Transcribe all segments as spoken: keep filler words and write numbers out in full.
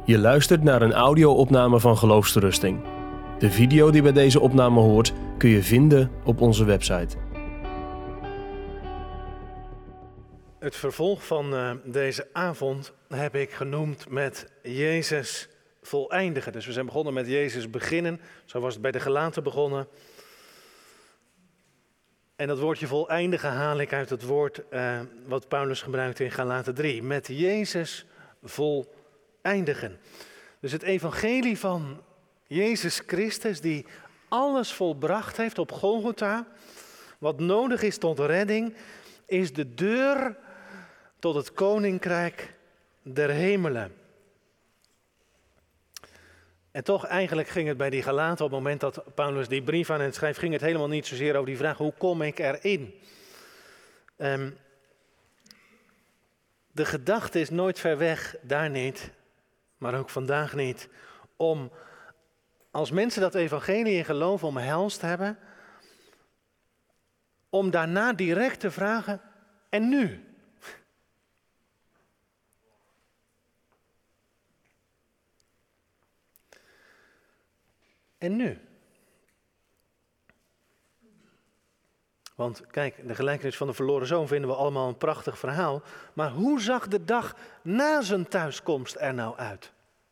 Je luistert naar een audio-opname van Geloofsterusting. De video die bij deze opname hoort kun je vinden op onze website. Het vervolg van uh, deze avond heb ik genoemd met Jezus voleindigen. Dus we zijn begonnen met Jezus beginnen. Zo was het bij de Galaten begonnen. En dat woordje voleindigen haal ik uit het woord uh, wat Paulus gebruikt in Galaten drie. Met Jezus voleindigen. Dus het evangelie van Jezus Christus die alles volbracht heeft op Golgotha. Wat nodig is tot redding, is de deur tot het koninkrijk der hemelen. En toch eigenlijk ging het bij die Galaten, op het moment dat Paulus die brief aan hen schrijft, ging het helemaal niet zozeer over die vraag, hoe kom ik erin? Um, de gedachte is nooit ver weg, daar niet, maar ook vandaag niet, om als mensen dat evangelie in geloof omhelst hebben, om daarna direct te vragen, en nu? En nu? Want kijk, de gelijkenis van de verloren zoon vinden we allemaal een prachtig verhaal. Maar hoe zag de dag na zijn thuiskomst er nou uit?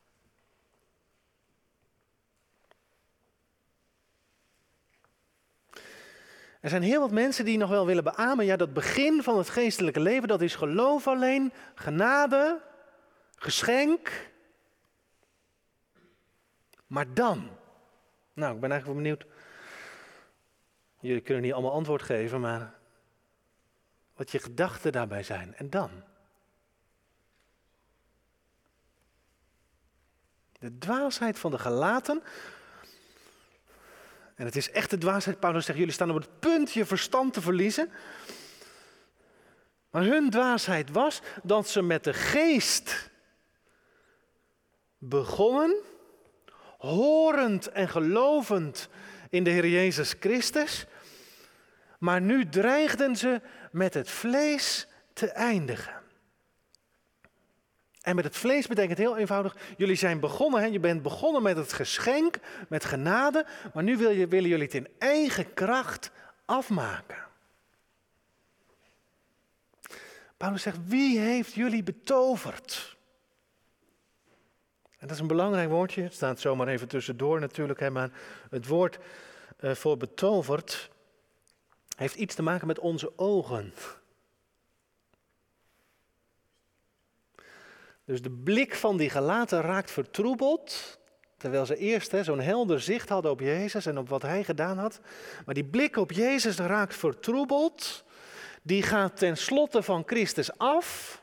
Er zijn heel wat mensen die nog wel willen beamen, ja, dat begin van het geestelijke leven, dat is geloof alleen, genade, geschenk. Maar dan? Nou, ik ben eigenlijk wel benieuwd. Jullie kunnen niet allemaal antwoord geven, maar wat je gedachten daarbij zijn. En dan? De dwaasheid van de Galaten. En het is echt de dwaasheid. Paulus zegt, jullie staan op het punt je verstand te verliezen. Maar hun dwaasheid was dat ze met de geest begonnen, horend en gelovend in de Heer Jezus Christus. Maar nu dreigden ze met het vlees te eindigen. En met het vlees betekent heel eenvoudig, jullie zijn begonnen, hè? Je bent begonnen met het geschenk, met genade, maar nu wil je, willen jullie het in eigen kracht afmaken. Paulus zegt, wie heeft jullie betoverd? En dat is een belangrijk woordje, het staat zomaar even tussendoor natuurlijk, hè? Maar het woord uh, voor betoverd heeft iets te maken met onze ogen. Dus de blik van die Galaten raakt vertroebeld, terwijl ze eerst hè, zo'n helder zicht hadden op Jezus en op wat hij gedaan had. Maar die blik op Jezus raakt vertroebeld, die gaat ten slotte van Christus af.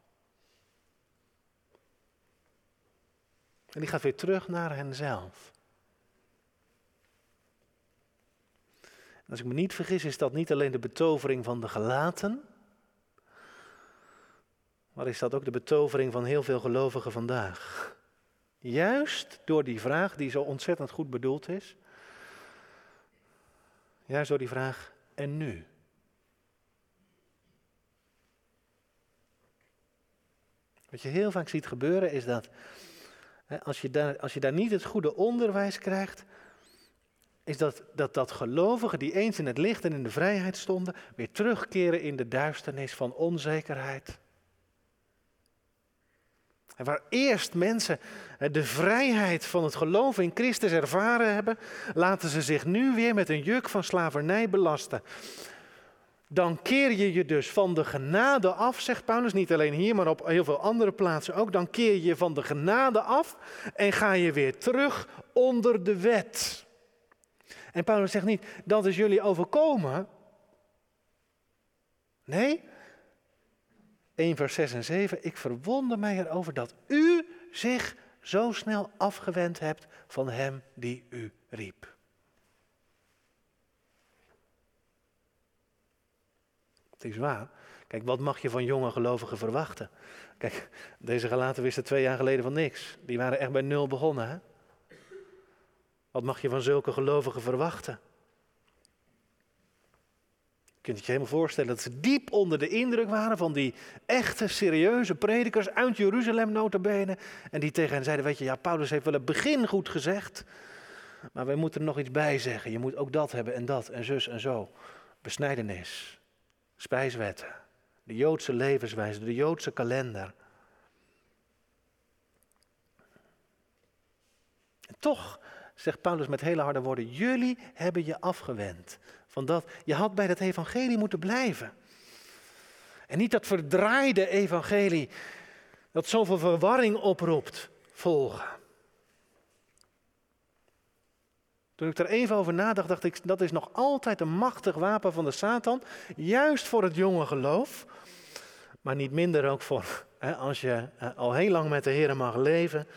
En die gaat weer terug naar henzelf. En als ik me niet vergis, is dat niet alleen de betovering van de Galaten, maar is dat ook de betovering van heel veel gelovigen vandaag. Juist door die vraag die zo ontzettend goed bedoeld is. Juist door die vraag, en nu? Wat je heel vaak ziet gebeuren is dat, hè, als je daar, als je daar niet het goede onderwijs krijgt, is dat, dat dat gelovigen die eens in het licht en in de vrijheid stonden, weer terugkeren in de duisternis van onzekerheid. En waar eerst mensen de vrijheid van het geloof in Christus ervaren hebben, laten ze zich nu weer met een juk van slavernij belasten. Dan keer je je dus van de genade af, zegt Paulus, niet alleen hier, maar op heel veel andere plaatsen ook. Dan keer je je van de genade af en ga je weer terug onder de wet. En Paulus zegt niet, dat is jullie overkomen. Nee, één vers zes en zeven, ik verwonder mij erover dat u zich zo snel afgewend hebt van hem die u riep. Het is waar. Kijk, wat mag je van jonge gelovigen verwachten? Kijk, deze Galaten wisten twee jaar geleden van niks. Die waren echt bij nul begonnen, hè? Wat mag je van zulke gelovigen verwachten? kunt het je helemaal voorstellen dat ze diep onder de indruk waren van die echte, serieuze predikers uit Jeruzalem nota bene. En die tegen hen zeiden, weet je, ja, Paulus heeft wel het begin goed gezegd, maar wij moeten er nog iets bij zeggen. Je moet ook dat hebben en dat en zus en zo. Besnijdenis, spijswetten, de Joodse levenswijze, de Joodse kalender. En toch, zegt Paulus met hele harde woorden, jullie hebben je afgewend van dat. Je had bij dat evangelie moeten blijven. En niet dat verdraaide evangelie dat zoveel verwarring oproept, volgen. Toen ik er even over nadacht, dacht ik, dat is nog altijd een machtig wapen van de Satan. Juist voor het jonge geloof. Maar niet minder ook voor, hè, als je al heel lang met de Heer mag leven.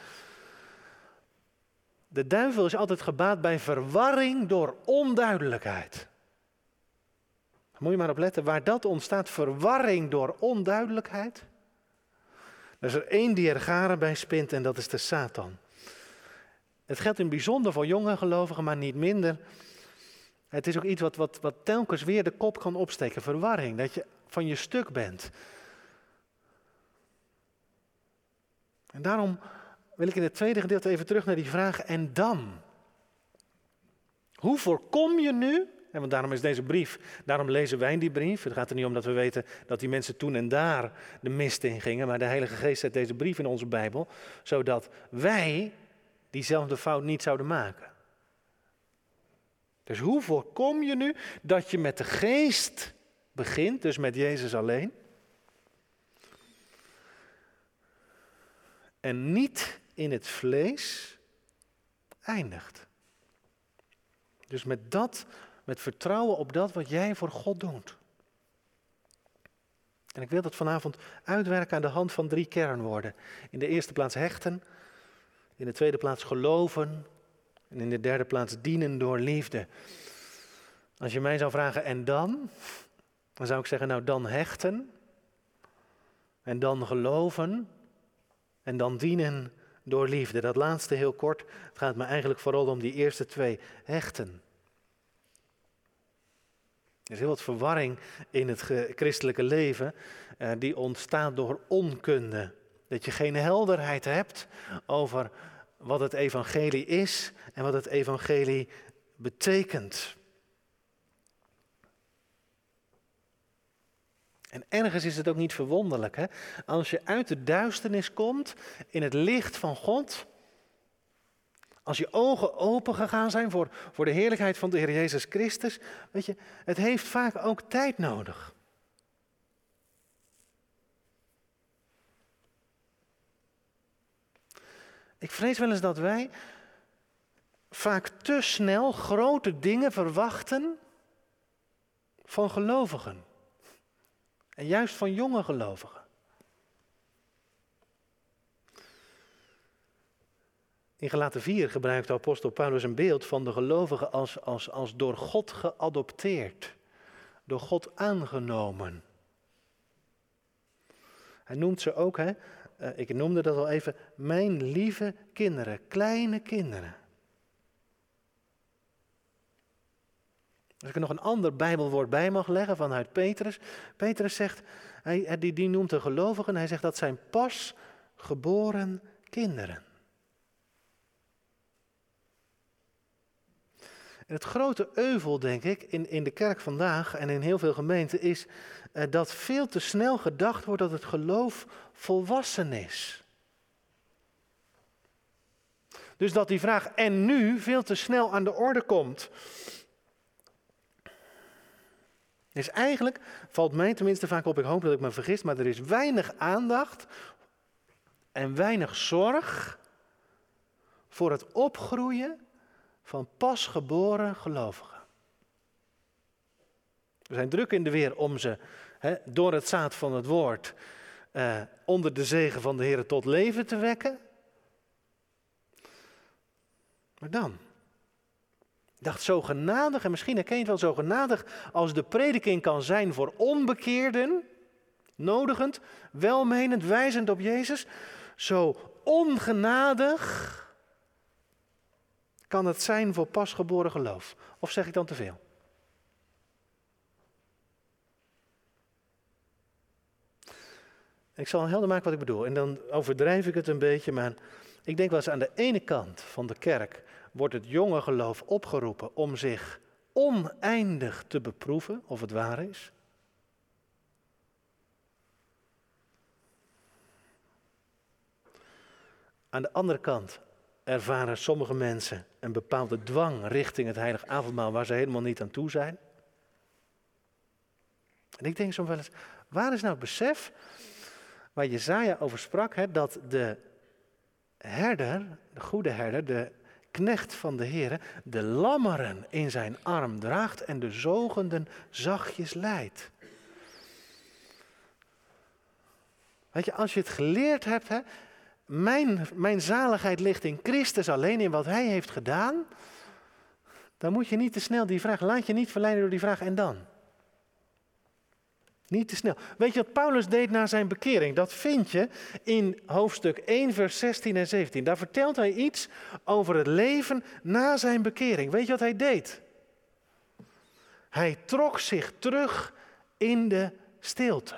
De duivel is altijd gebaat bij verwarring door onduidelijkheid. Moet je maar op letten, waar dat ontstaat, verwarring door onduidelijkheid. Er is er één die er garen bij spint en dat is de Satan. Het geldt in het bijzonder voor jonge gelovigen, maar niet minder. Het is ook iets wat, wat, wat telkens weer de kop kan opsteken, verwarring, dat je van je stuk bent. En daarom wil ik in het tweede gedeelte even terug naar die vraag, en dan? Hoe voorkom je nu, en want daarom is deze brief, daarom lezen wij die brief. Het gaat er niet om dat we weten dat die mensen toen en daar de mist in gingen, maar de Heilige Geest zet deze brief in onze Bijbel, zodat wij diezelfde fout niet zouden maken. Dus hoe voorkom je nu dat je met de Geest begint, dus met Jezus alleen, en niet in het vlees eindigt? Dus met dat, met vertrouwen op dat wat jij voor God doet. En ik wil dat vanavond uitwerken aan de hand van drie kernwoorden. In de eerste plaats hechten, in de tweede plaats geloven en in de derde plaats dienen door liefde. Als je mij zou vragen, en dan? Dan zou ik zeggen, nou dan hechten, en dan geloven, en dan dienen door liefde. Dat laatste heel kort, het gaat me eigenlijk vooral om die eerste twee, hechten. Er is heel wat verwarring in het christelijke leven, eh, die ontstaat door onkunde. Dat je geen helderheid hebt over wat het evangelie is en wat het evangelie betekent. En ergens is het ook niet verwonderlijk, hè? Als je uit de duisternis komt in het licht van God, als je ogen open gegaan zijn voor, voor de heerlijkheid van de Heer Jezus Christus, weet je, het heeft vaak ook tijd nodig. Ik vrees wel eens dat wij vaak te snel grote dingen verwachten van gelovigen. En juist van jonge gelovigen. In Galaten vier gebruikt de apostel Paulus een beeld van de gelovigen als, als, als door God geadopteerd. Door God aangenomen. Hij noemt ze ook, hè, uh, ik noemde dat al even, mijn lieve kinderen, kleine kinderen. Als ik er nog een ander Bijbelwoord bij mag leggen vanuit Petrus. Petrus zegt, hij, die, die noemt de gelovigen, hij zegt dat zijn pas geboren kinderen. En het grote euvel, denk ik, in, in de kerk vandaag en in heel veel gemeenten is uh, dat veel te snel gedacht wordt dat het geloof volwassen is. Dus dat die vraag en nu veel te snel aan de orde komt. Dus eigenlijk valt mij tenminste vaak op, ik hoop dat ik me vergis, maar er is weinig aandacht en weinig zorg voor het opgroeien van pasgeboren gelovigen. We zijn druk in de weer om ze he, door het zaad van het woord eh, onder de zegen van de Heer tot leven te wekken. Maar dan? Ik dacht zo genadig, en misschien herken je het wel zo genadig, als de prediking kan zijn voor onbekeerden, nodigend, welmenend, wijzend op Jezus, zo ongenadig kan het zijn voor pasgeboren geloof. Of zeg ik dan te veel? Ik zal helder maken wat ik bedoel. En dan overdrijf ik het een beetje, maar ik denk wel eens aan de ene kant van de kerk wordt het jonge geloof opgeroepen om zich oneindig te beproeven of het waar is. Aan de andere kant ervaren sommige mensen een bepaalde dwang richting het heilig avondmaal waar ze helemaal niet aan toe zijn. En ik denk soms wel eens, waar is nou het besef waar Jesaja over sprak, hè, dat de herder, de goede herder, de knecht van de Heere, de lammeren in zijn arm draagt en de zogenden zachtjes leidt. Weet je, als je het geleerd hebt, hè, mijn, mijn zaligheid ligt in Christus alleen, in wat Hij heeft gedaan, dan moet je niet te snel die vraag, laat je niet verleiden door die vraag en dan. Niet te snel. Weet je wat Paulus deed na zijn bekering? Dat vind je in hoofdstuk één, vers zestien en zeventien. Daar vertelt hij iets over het leven na zijn bekering. Weet je wat hij deed? Hij trok zich terug in de stilte.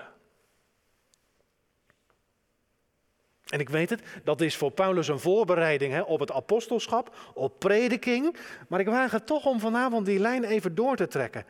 En ik weet het, dat is voor Paulus een voorbereiding hè, op het apostelschap, op prediking. Maar ik waag het toch om vanavond die lijn even door te trekken.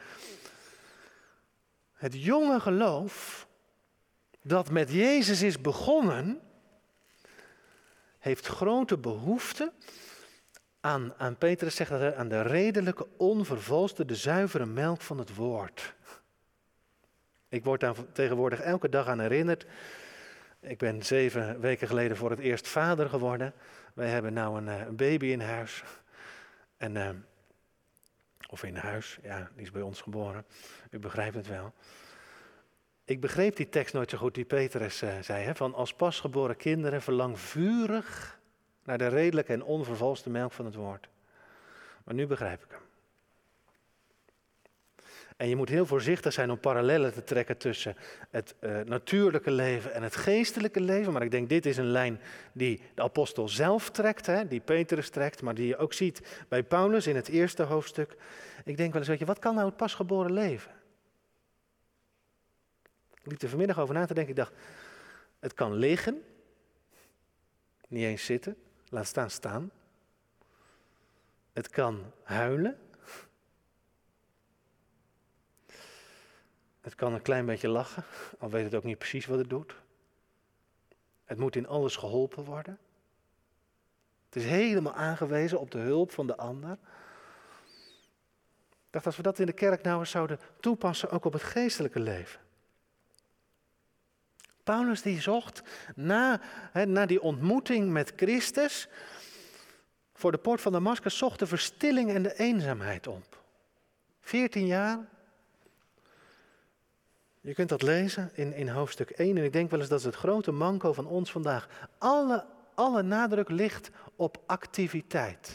Het jonge geloof dat met Jezus is begonnen, heeft grote behoefte aan, aan Petrus zegt dat, aan de redelijke, onvervalste, de zuivere melk van het woord. Ik word daar tegenwoordig elke dag aan herinnerd. Ik ben zeven weken geleden voor het eerst vader geworden. Wij hebben nou een, een baby in huis. En, uh, of in huis, ja, die is bij ons geboren. U begrijpt het wel. Ik begreep die tekst nooit zo goed die Petrus uh, zei. Hè, van als pasgeboren kinderen verlang vurig naar de redelijke en onvervalste melk van het woord. Maar nu begrijp ik hem. En je moet heel voorzichtig zijn om parallellen te trekken tussen het uh, natuurlijke leven en het geestelijke leven. Maar ik denk dit is een lijn die de apostel zelf trekt, hè, die Petrus trekt. Maar die je ook ziet bij Paulus in het eerste hoofdstuk. Ik denk wel eens, weet je, wat kan nou het pasgeboren leven? Ik liep er vanmiddag over na te denken. Ik dacht, het kan liggen. Niet eens zitten. Laat staan staan. Het kan huilen. Het kan een klein beetje lachen, al weet het ook niet precies wat het doet. Het moet in alles geholpen worden. Het is helemaal aangewezen op de hulp van de ander. Ik dacht, als we dat in de kerk nou eens zouden toepassen, ook op het geestelijke leven. Paulus die zocht na, he, na die ontmoeting met Christus, voor de poort van Damascus, zocht de verstilling en de eenzaamheid op. Veertien jaar. Je kunt dat lezen in, in hoofdstuk één en ik denk wel eens dat is het grote manco van ons vandaag. Alle, alle nadruk ligt op activiteit.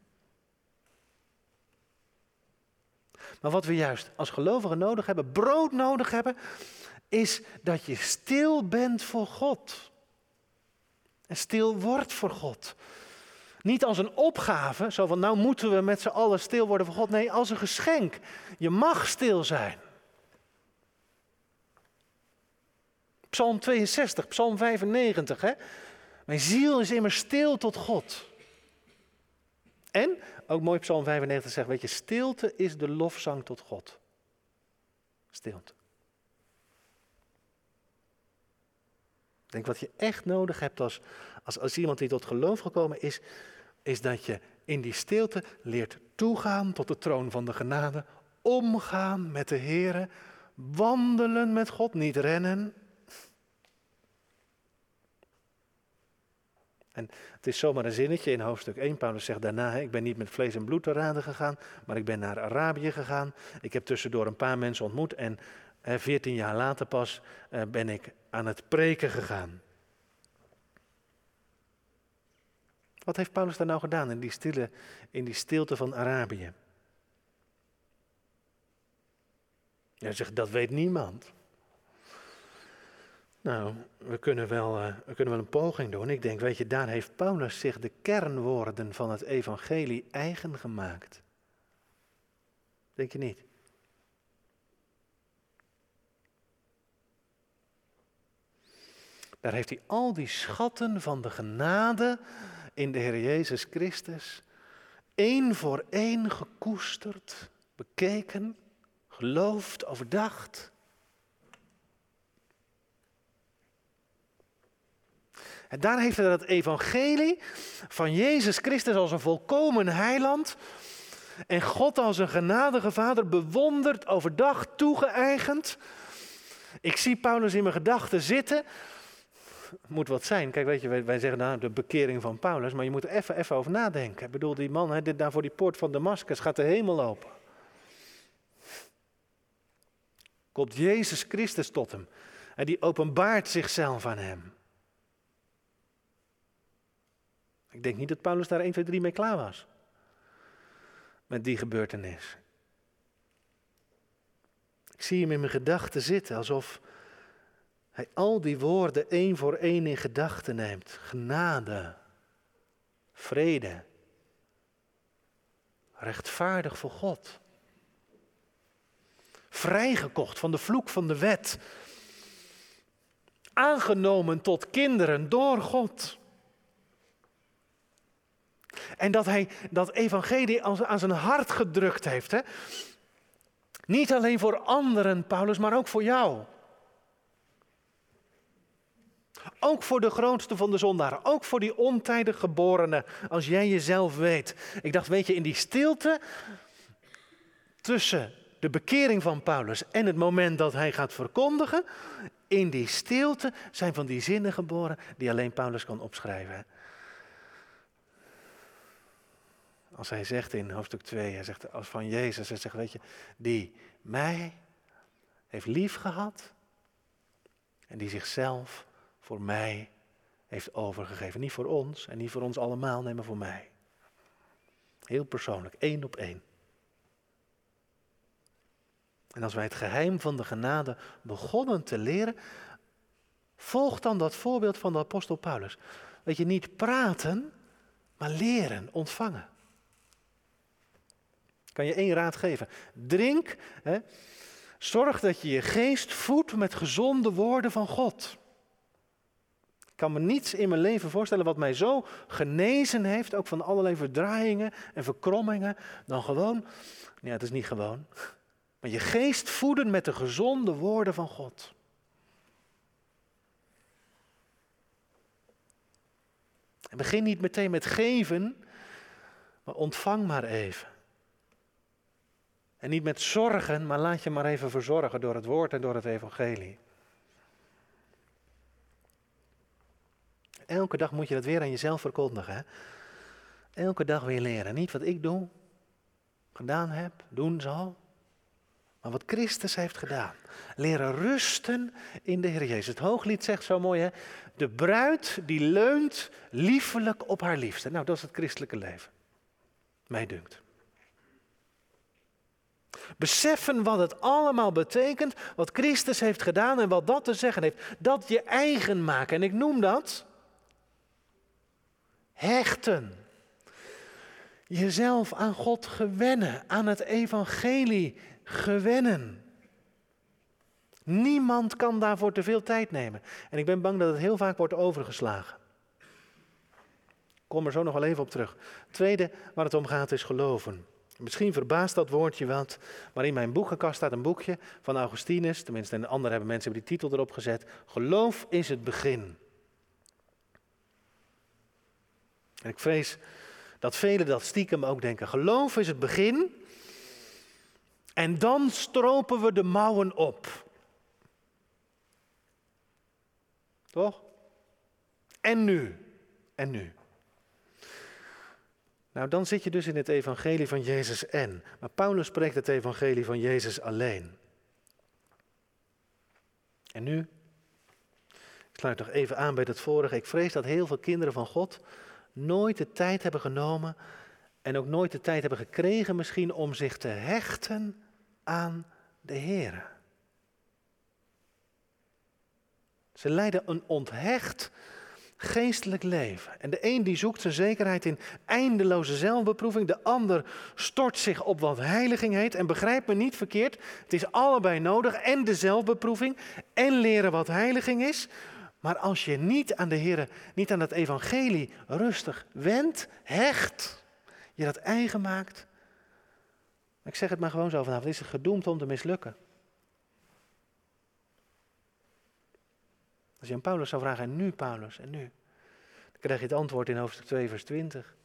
Maar wat we juist als gelovigen nodig hebben, brood nodig hebben, is dat je stil bent voor God. En stil wordt voor God. Niet als een opgave, zo van nou moeten we met z'n allen stil worden voor God. Nee, als een geschenk. Je mag stil zijn. Psalm tweeënzestig, Psalm vijfennegentig. Hè? Mijn ziel is immer stil tot God. En, ook mooi Psalm vijfennegentig zegt, weet je, stilte is de lofzang tot God. Stilte. Ik denk wat je echt nodig hebt als, als, als iemand die tot geloof gekomen is, is dat je in die stilte leert toegaan tot de troon van de genade, omgaan met de Heere, wandelen met God, niet rennen. En het is zomaar een zinnetje in hoofdstuk één. Paulus zegt daarna, ik ben niet met vlees en bloed te raden gegaan, maar ik ben naar Arabië gegaan. Ik heb tussendoor een paar mensen ontmoet en veertien jaar later pas ben ik aan het preken gegaan. Wat heeft Paulus daar nou gedaan in die, stille, in die stilte van Arabië? Hij zegt, dat weet niemand. Nou, we kunnen, wel, uh, we kunnen wel een poging doen. Ik denk, weet je, daar heeft Paulus zich de kernwoorden van het evangelie eigen gemaakt. Denk je niet? Daar heeft hij al die schatten van de genade in de Heer Jezus Christus één voor één gekoesterd, bekeken, geloofd, overdacht. En daar heeft hij dat evangelie van Jezus Christus als een volkomen heiland en God als een genadige vader bewonderd, overdacht, toegeëigend. Ik zie Paulus in mijn gedachten zitten. Moet wat zijn. Kijk, weet je, wij, wij zeggen nou de bekering van Paulus, maar je moet er even, even over nadenken. Ik bedoel, die man, hè, dit daar voor die poort van Damascus gaat de hemel open. Komt Jezus Christus tot hem en die openbaart zichzelf aan hem. Ik denk niet dat Paulus daar één, twee, drie mee klaar was. Met die gebeurtenis. Ik zie hem in mijn gedachten zitten, alsof hij al die woorden één voor één in gedachten neemt. Genade, vrede, rechtvaardig voor God. Vrijgekocht van de vloek van de wet. Aangenomen tot kinderen door God. En dat hij dat evangelie aan zijn hart gedrukt heeft. Hè? Niet alleen voor anderen, Paulus, maar ook voor jou. Ook voor de grootste van de zondaren. Ook voor die ontijdig geborene, als jij jezelf weet. Ik dacht, weet je, in die stilte tussen de bekering van Paulus en het moment dat hij gaat verkondigen, in die stilte zijn van die zinnen geboren die alleen Paulus kan opschrijven. Als hij zegt in hoofdstuk twee, hij zegt als van Jezus, hij zegt, weet je, die mij heeft lief gehad en die zichzelf voor mij heeft overgegeven. Niet voor ons en niet voor ons allemaal, nee, maar voor mij. Heel persoonlijk, één op één. En als wij het geheim van de genade begonnen te leren, volgt dan dat voorbeeld van de apostel Paulus. Weet je, niet praten, maar leren, ontvangen. Ik kan je één raad geven. Drink, hè, zorg dat je je geest voedt met gezonde woorden van God. Ik kan me niets in mijn leven voorstellen wat mij zo genezen heeft, ook van allerlei verdraaiingen en verkrommingen, dan gewoon, ja, het is niet gewoon, maar je geest voeden met de gezonde woorden van God. En begin niet meteen met geven, maar ontvang maar even. En niet met zorgen, maar laat je maar even verzorgen door het woord en door het evangelie. Elke dag moet je dat weer aan jezelf verkondigen. Hè? Elke dag weer leren. Niet wat ik doe, gedaan heb, doen zal. Maar wat Christus heeft gedaan. Leren rusten in de Heer Jezus. Het Hooglied zegt zo mooi, hè? De bruid die leunt liefelijk op haar liefste. Nou, dat is het christelijke leven. Mij dunkt. Beseffen wat het allemaal betekent, wat Christus heeft gedaan en wat dat te zeggen heeft. Dat je eigen maken. En ik noem dat hechten. Jezelf aan God gewennen, aan het evangelie gewennen. Niemand kan daarvoor te veel tijd nemen. En ik ben bang dat het heel vaak wordt overgeslagen. Ik kom er zo nog wel even op terug. Het tweede waar het om gaat is geloven. Misschien verbaast dat woordje wat, maar in mijn boekenkast staat een boekje van Augustinus, tenminste en de anderen hebben mensen die titel erop gezet. Geloof is het begin. En ik vrees dat velen dat stiekem ook denken. Geloof is het begin en dan stropen we de mouwen op. Toch? En nu? En nu? Nou, dan zit je dus in het evangelie van Jezus en. Maar Paulus spreekt het evangelie van Jezus alleen. En nu? Ik sluit nog even aan bij het vorige. Ik vrees dat heel veel kinderen van God nooit de tijd hebben genomen en ook nooit de tijd hebben gekregen misschien om zich te hechten aan de Heere. Ze leiden een onthecht geestelijk leven. En de een die zoekt zijn zekerheid in eindeloze zelfbeproeving. De ander stort zich op wat heiliging heet. En begrijp me niet verkeerd, het is allebei nodig. En de zelfbeproeving en leren wat heiliging is. Maar als je niet aan de Heer, niet aan het evangelie rustig wendt, hecht, je dat eigen maakt. Ik zeg het maar gewoon zo vanavond, is het gedoemd om te mislukken. Als je aan Paulus zou vragen, en nu Paulus, en nu? Dan krijg je het antwoord in hoofdstuk twee, vers twintig.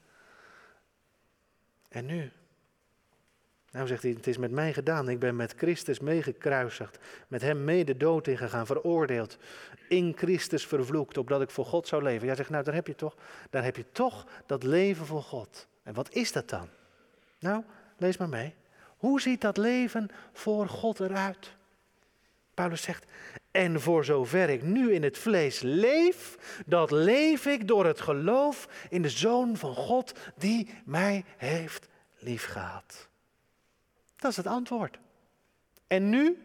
En nu? Nou zegt hij, het is met mij gedaan. Ik ben met Christus meegekruisigd. Met hem mee de dood ingegaan, veroordeeld. In Christus vervloekt, opdat ik voor God zou leven. Jij zegt, nou daar heb je toch, daar heb je toch dat leven voor God. En wat is dat dan? Nou, lees maar mee. Hoe ziet dat leven voor God eruit? Paulus zegt, en voor zover ik nu in het vlees leef, dat leef ik door het geloof in de Zoon van God die mij heeft liefgehad. Dat is het antwoord. En nu?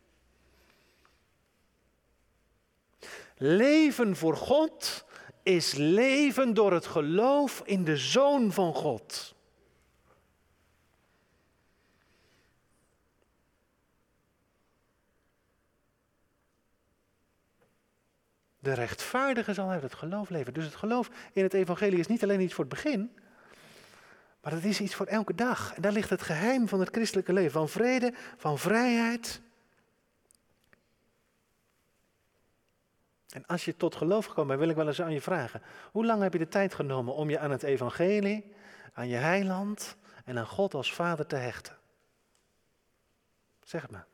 Leven voor God is leven door het geloof in de Zoon van God. De rechtvaardige zal uit het geloof leven. Dus het geloof in het evangelie is niet alleen iets voor het begin, maar het is iets voor elke dag. En daar ligt het geheim van het christelijke leven. Van vrede, van vrijheid. En als je tot geloof gekomen bent, wil ik wel eens aan je vragen. Hoe lang heb je de tijd genomen om je aan het evangelie, aan je heiland en aan God als Vader te hechten? Zeg het maar.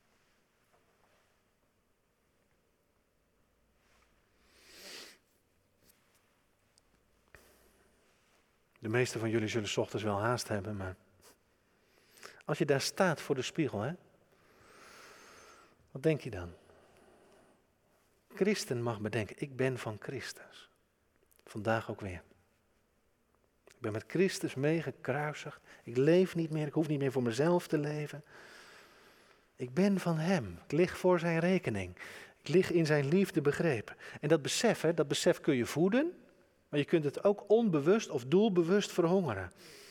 De meesten van jullie zullen 's ochtends wel haast hebben, maar als je daar staat voor de spiegel, hè, wat denk je dan? Christen mag bedenken, ik ben van Christus. Vandaag ook weer. Ik ben met Christus meegekruisigd. Ik leef niet meer, ik hoef niet meer voor mezelf te leven. Ik ben van Hem. Ik lig voor zijn rekening. Ik lig in zijn liefde begrepen. En dat besef, hè, dat besef kun je voeden. Maar je kunt het ook onbewust of doelbewust verhongeren.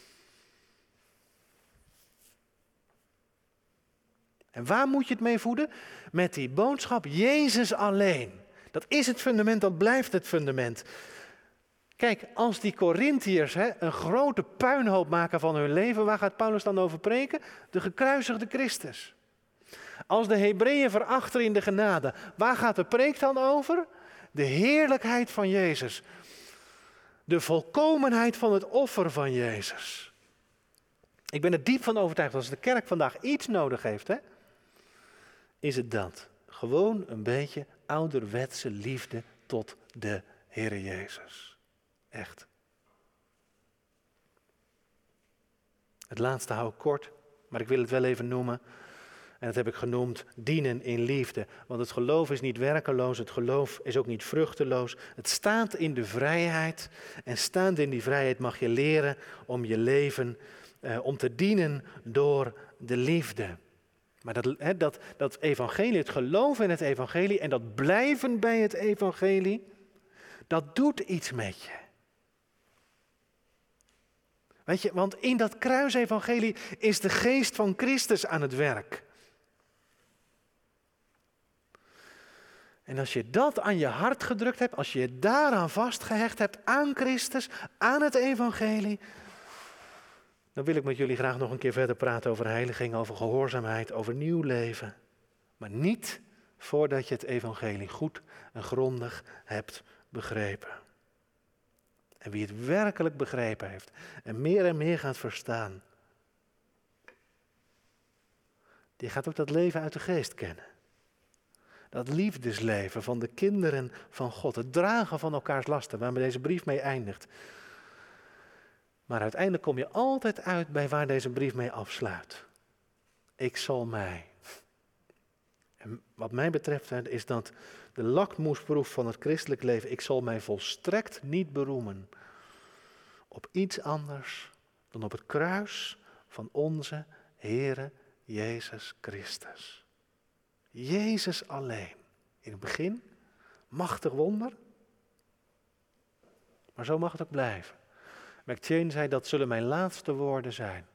En waar moet je het mee voeden? Met die boodschap Jezus alleen. Dat is het fundament, dat blijft het fundament. Kijk, als die Korintiërs hè, een grote puinhoop maken van hun leven, waar gaat Paulus dan over preken? De gekruisigde Christus. Als de Hebreeën verachteren in de genade, waar gaat de preek dan over? De heerlijkheid van Jezus. De volkomenheid van het offer van Jezus. Ik ben er diep van overtuigd, als de kerk vandaag iets nodig heeft, hè, is het dat. Gewoon een beetje ouderwetse liefde tot de Heere Jezus. Echt. Het laatste hou ik kort, maar ik wil het wel even noemen. En dat heb ik genoemd, dienen in liefde. Want het geloof is niet werkeloos, het geloof is ook niet vruchteloos. Het staat in de vrijheid. En staand in die vrijheid mag je leren om je leven, eh, om te dienen door de liefde. Maar dat, he, dat, dat evangelie, het geloof in het evangelie en dat blijven bij het evangelie, dat doet iets met je. Weet je, want in dat kruisevangelie is de geest van Christus aan het werk. En als je dat aan je hart gedrukt hebt, als je je daaraan vastgehecht hebt, aan Christus, aan het evangelie, dan wil ik met jullie graag nog een keer verder praten over heiliging, over gehoorzaamheid, over nieuw leven. Maar niet voordat je het evangelie goed en grondig hebt begrepen. En wie het werkelijk begrepen heeft en meer en meer gaat verstaan, die gaat ook dat leven uit de geest kennen. Dat liefdesleven van de kinderen van God. Het dragen van elkaars lasten, waarmee deze brief mee eindigt. Maar uiteindelijk kom je altijd uit bij waar deze brief mee afsluit. Ik zal mij. En wat mij betreft is dat de lakmoesproef van het christelijk leven. Ik zal mij volstrekt niet beroemen op iets anders dan op het kruis van onze Heere Jezus Christus. Jezus alleen. In het begin, machtig wonder. Maar zo mag het ook blijven. McChain zei, dat zullen mijn laatste woorden zijn.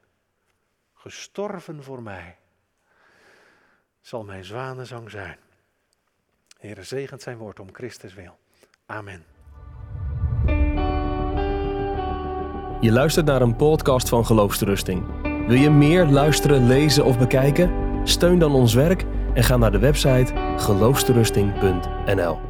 Gestorven voor mij zal mijn zwanenzang zijn. Heere, zegent zijn woord om Christus wil. Amen. Je luistert naar een podcast van Geloofsterusting. Wil je meer luisteren, lezen of bekijken? Steun dan ons werk en ga naar de website geloofsterusting punt n l.